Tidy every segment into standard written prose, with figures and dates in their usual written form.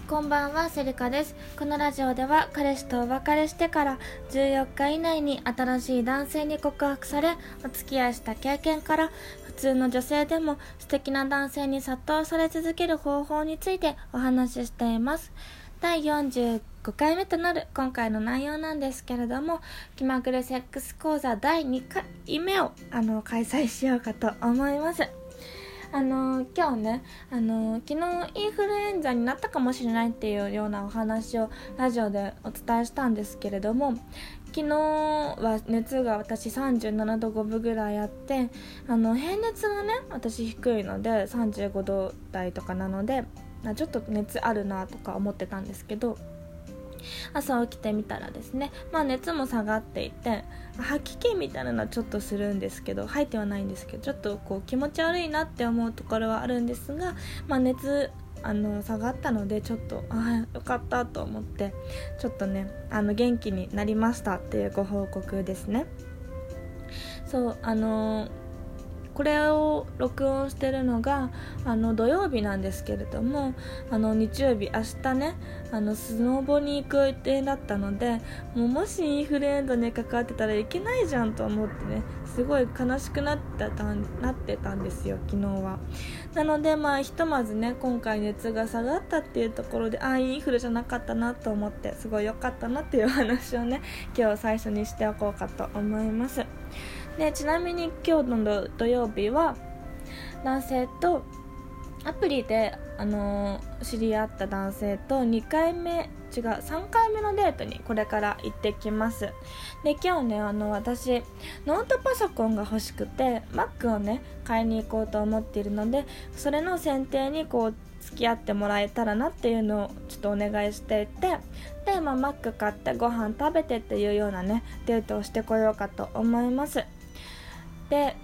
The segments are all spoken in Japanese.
こんばんは、セリカです。このラジオでは彼氏とお別れしてから14日以内に新しい男性に告白されお付き合いした経験から、普通の女性でも素敵な男性に殺到され続ける方法についてお話ししています。第45回目となる今回の内容なんですけれども、気まぐれセックス講座第2回目を開催しようかと思います。今日ね、昨日インフルエンザになったかもしれないっていうようなお話をラジオでお伝えしたんですけれども、昨日は熱が私37度5分ぐらいあって、平熱がね私低いので35度台とかなのでちょっと熱あるなとか思ってたんですけど、朝起きてみたらですね、熱も下がっていて、吐き気みたいなのはちょっとするんですけど、吐いてはないんですけど、ちょっとこう気持ち悪いなって思うところはあるんですが、熱下がったのでちょっとよかったと思って、ちょっとね元気になりましたっていうご報告ですね。そうこれを録音してるのが土曜日なんですけれども、日曜日明日ねスノボに行く予定だったので、もしインフルエンザにかかってたらいけないじゃんと思ってね、すごい悲しくなってたんですよ昨日は。なのでひとまずね今回熱が下がったっていうところでインフルじゃなかったなと思って、すごい良かったなっていう話をね今日最初にしておこうかと思います。でちなみに今日の土曜日は男性とアプリで、知り合った男性と3回目のデートにこれから行ってきます。で今日ね私ノートパソコンが欲しくて Mac をね買いに行こうと思っているので、それの選定に付き合ってもらえたらなっていうのをちょっとお願いしていて、で、Mac 買ってご飯食べてっていうようなねデートをしてこようかと思います。で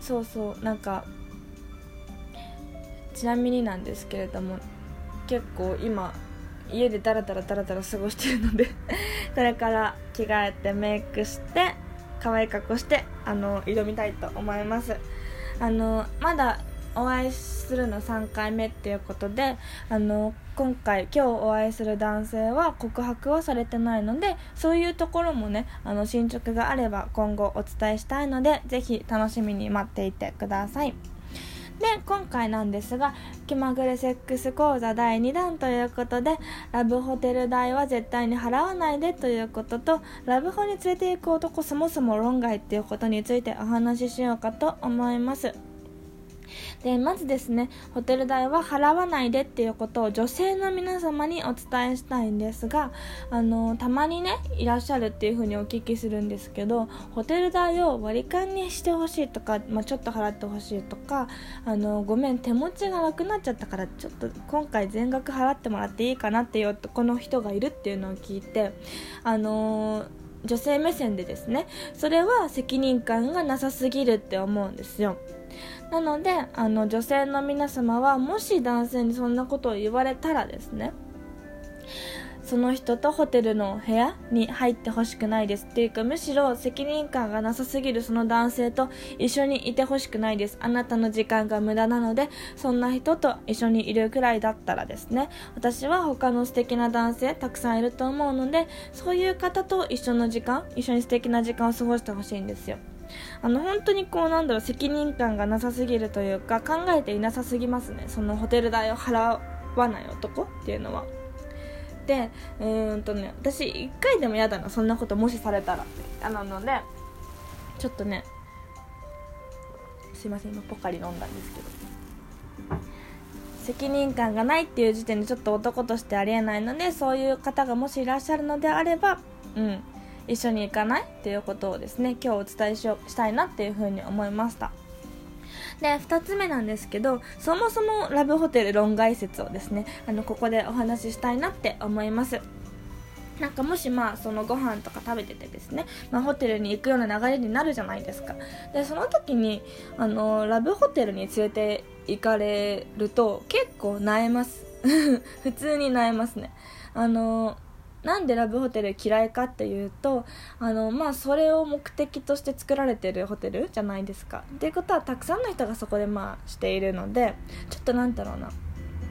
ちなみになんですけれども、結構今家でダラダラ過ごしているのでこれから着替えてメイクして可愛い格好して挑みたいと思います。まだお会いするの3回目っていうことで、今日お会いする男性は告白はされてないので、そういうところもね進捗があれば今後お伝えしたいので、ぜひ楽しみに待っていてください。で今回なんですが、気まぐれセックス講座第2弾ということで、ラブホテル代は絶対に払わないでということと、ラブホに連れて行く男そもそも論外っていうことについてお話ししようかと思います。でまずですね、ホテル代は払わないでっていうことを女性の皆様にお伝えしたいんですが、たまにねいらっしゃるっていう風にお聞きするんですけど、ホテル代を割り勘にしてほしいとか、ちょっと払ってほしいとか、ごめん手持ちがなくなっちゃったからちょっと今回全額払ってもらっていいかなっていうこの人がいるっていうのを聞いて、女性目線でですね、それは責任感がなさすぎるって思うんですよ。なので女性の皆様はもし男性にそんなことを言われたらですね、その人とホテルの部屋に入ってほしくないですっていうか、むしろ責任感がなさすぎるその男性と一緒にいてほしくないです。あなたの時間が無駄なので、そんな人と一緒にいるくらいだったらですね、私は他の素敵な男性たくさんいると思うので、そういう方と一緒に素敵な時間を過ごしてほしいんですよ。本当に責任感がなさすぎるというか、考えていなさすぎますね、そのホテル代を払わない男っていうのは。で私1回でも嫌だな、そんなこともしされたらなので、ちょっとねすいません、今ポカリ飲んだんですけど、責任感がないっていう時点でちょっと男としてありえないので、そういう方がもしいらっしゃるのであれば一緒に行かないっていうことをですね、今日お伝えしたいなっていうふうに思いました。で2つ目なんですけど、そもそもラブホテル論外説をですねここでお話ししたいなって思います。もしそのご飯とか食べててですね、ホテルに行くような流れになるじゃないですか。でその時にラブホテルに連れて行かれると結構萎えます普通に萎えますね。なんでラブホテル嫌いかっていうと、それを目的として作られてるホテルじゃないですか。っていうことはたくさんの人がそこでしているので、ちょっと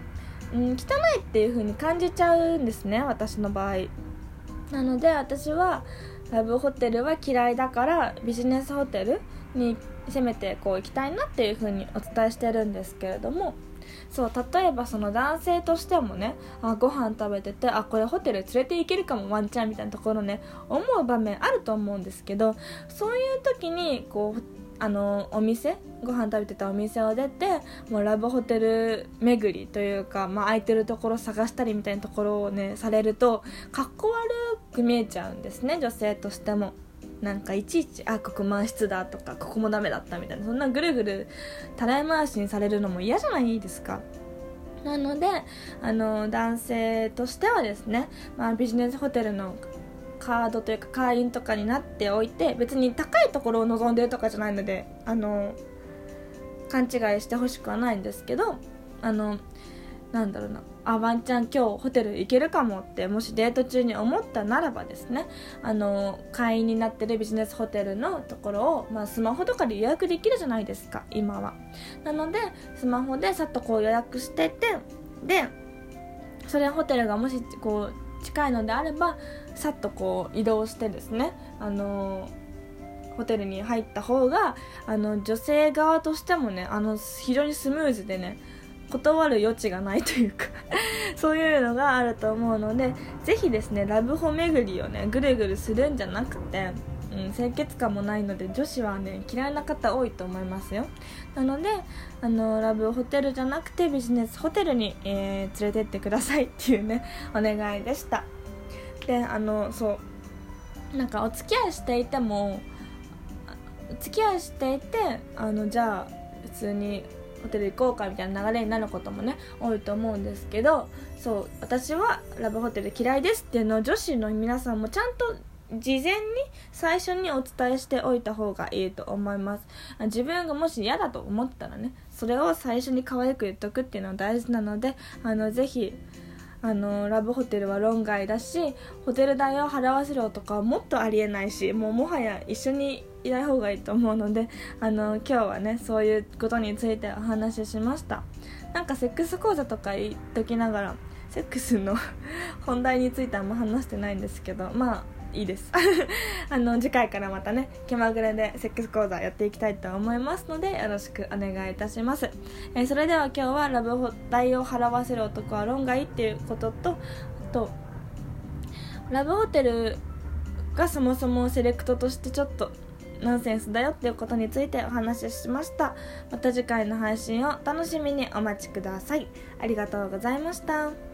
汚いっていう風に感じちゃうんですね、私の場合。なので私はラブホテルは嫌いだからビジネスホテルにせめてこう行きたいなっていう風にお伝えしてるんですけれども、そう例えばその男性としてもね、ご飯食べててこれホテル連れて行けるかもワンチャンみたいなところね思う場面あると思うんですけど、そういう時にこうお店ご飯食べてたお店を出てもうラブホテル巡りというか、空いてるところ探したりみたいなところをねされるとかっこ悪く見えちゃうんですね、女性としても。なんかいちいちここ満室だとかここもダメだったみたいな、そんなぐるぐるたらい回しにされるのも嫌じゃないですか。なので男性としてはですね、ビジネスホテルのカードというか会員とかになっておいて、別に高いところを望んでるとかじゃないので勘違いしてほしくはないんですけど、なんだろうな、ワンチャン今日ホテル行けるかもってもしデート中に思ったならばですね、会員になってるビジネスホテルのところを、スマホとかで予約できるじゃないですか今は。なのでスマホでさっとこう予約してて、でそれホテルがもしこう近いのであればさっとこう移動してですね、ホテルに入った方が女性側としてもね非常にスムーズでね、断る余地がないというかそういうのがあると思うので、ぜひですねラブホ巡りをねぐるぐるするんじゃなくて、清潔感もないので女子はね嫌いな方多いと思いますよ。なのでラブホテルじゃなくてビジネスホテルに、連れてってくださいっていうねお願いでした。でそうなんかお付き合いしていてじゃあ普通にホテル行こうかみたいな流れになることもね多いと思うんですけど、そう私はラブホテル嫌いですっていうのを女子の皆さんもちゃんと事前に最初にお伝えしておいた方がいいと思います。自分がもし嫌だと思ったらね、それを最初に可愛く言っとくっていうのは大事なので、ぜひラブホテルは論外だし、ホテル代を払わせる男はもっとありえないし、もはや一緒にいない方がいいと思うので、今日はねそういうことについてお話ししました。なんかセックス講座とか言っときながらセックスの本題についてはあんま話してないんですけど、いいです次回からまたね気まぐれでセックス講座やっていきたいと思いますのでよろしくお願いいたします。それでは今日はラブホ代を払わせる男は論外っていうことと、あとラブホテルがそもそもセレクトとしてちょっとナンセンスだよっていうことについてお話ししました。また次回の配信を楽しみにお待ちください。ありがとうございました。